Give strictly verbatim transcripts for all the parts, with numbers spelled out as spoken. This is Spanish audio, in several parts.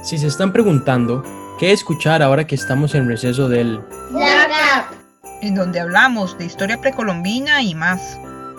Si se están preguntando, ¿qué escuchar ahora que estamos en receso del Black en donde hablamos de historia precolombina y más?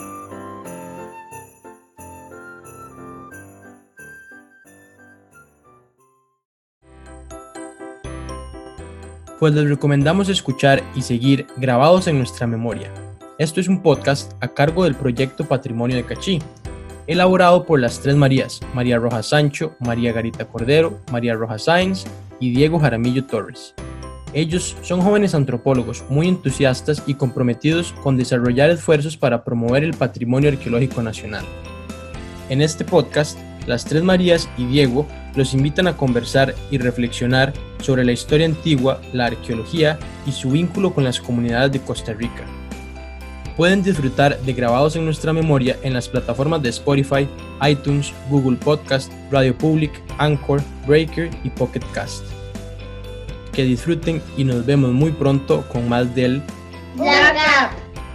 Pues les recomendamos escuchar y seguir Grabados en Nuestra Memoria. Esto es un podcast a cargo del proyecto Patrimonio de Cachí, elaborado por las tres Marías, María Rojas Sancho, María Garita Cordero, María Rojas Sáenz y Diego Jaramillo Torres. Ellos son jóvenes antropólogos muy entusiastas y comprometidos con desarrollar esfuerzos para promover el patrimonio arqueológico nacional. En este podcast, las tres Marías y Diego los invitan a conversar y reflexionar sobre la historia antigua, la arqueología y su vínculo con las comunidades de Costa Rica. Pueden disfrutar de Grabados en Nuestra Memoria en las plataformas de Spotify, iTunes, Google Podcast, Radio Public, Anchor, Breaker y Pocket Cast. Que disfruten y nos vemos muy pronto con más del Black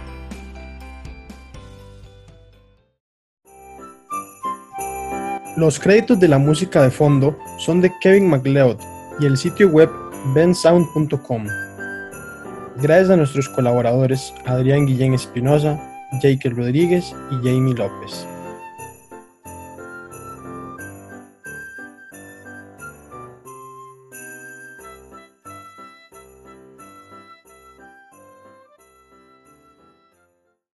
Los créditos de la música de fondo son de Kevin MacLeod y el sitio web bensound punto com. Gracias a nuestros colaboradores Adrián Guillén Espinosa, Jake Rodríguez y Jamie López.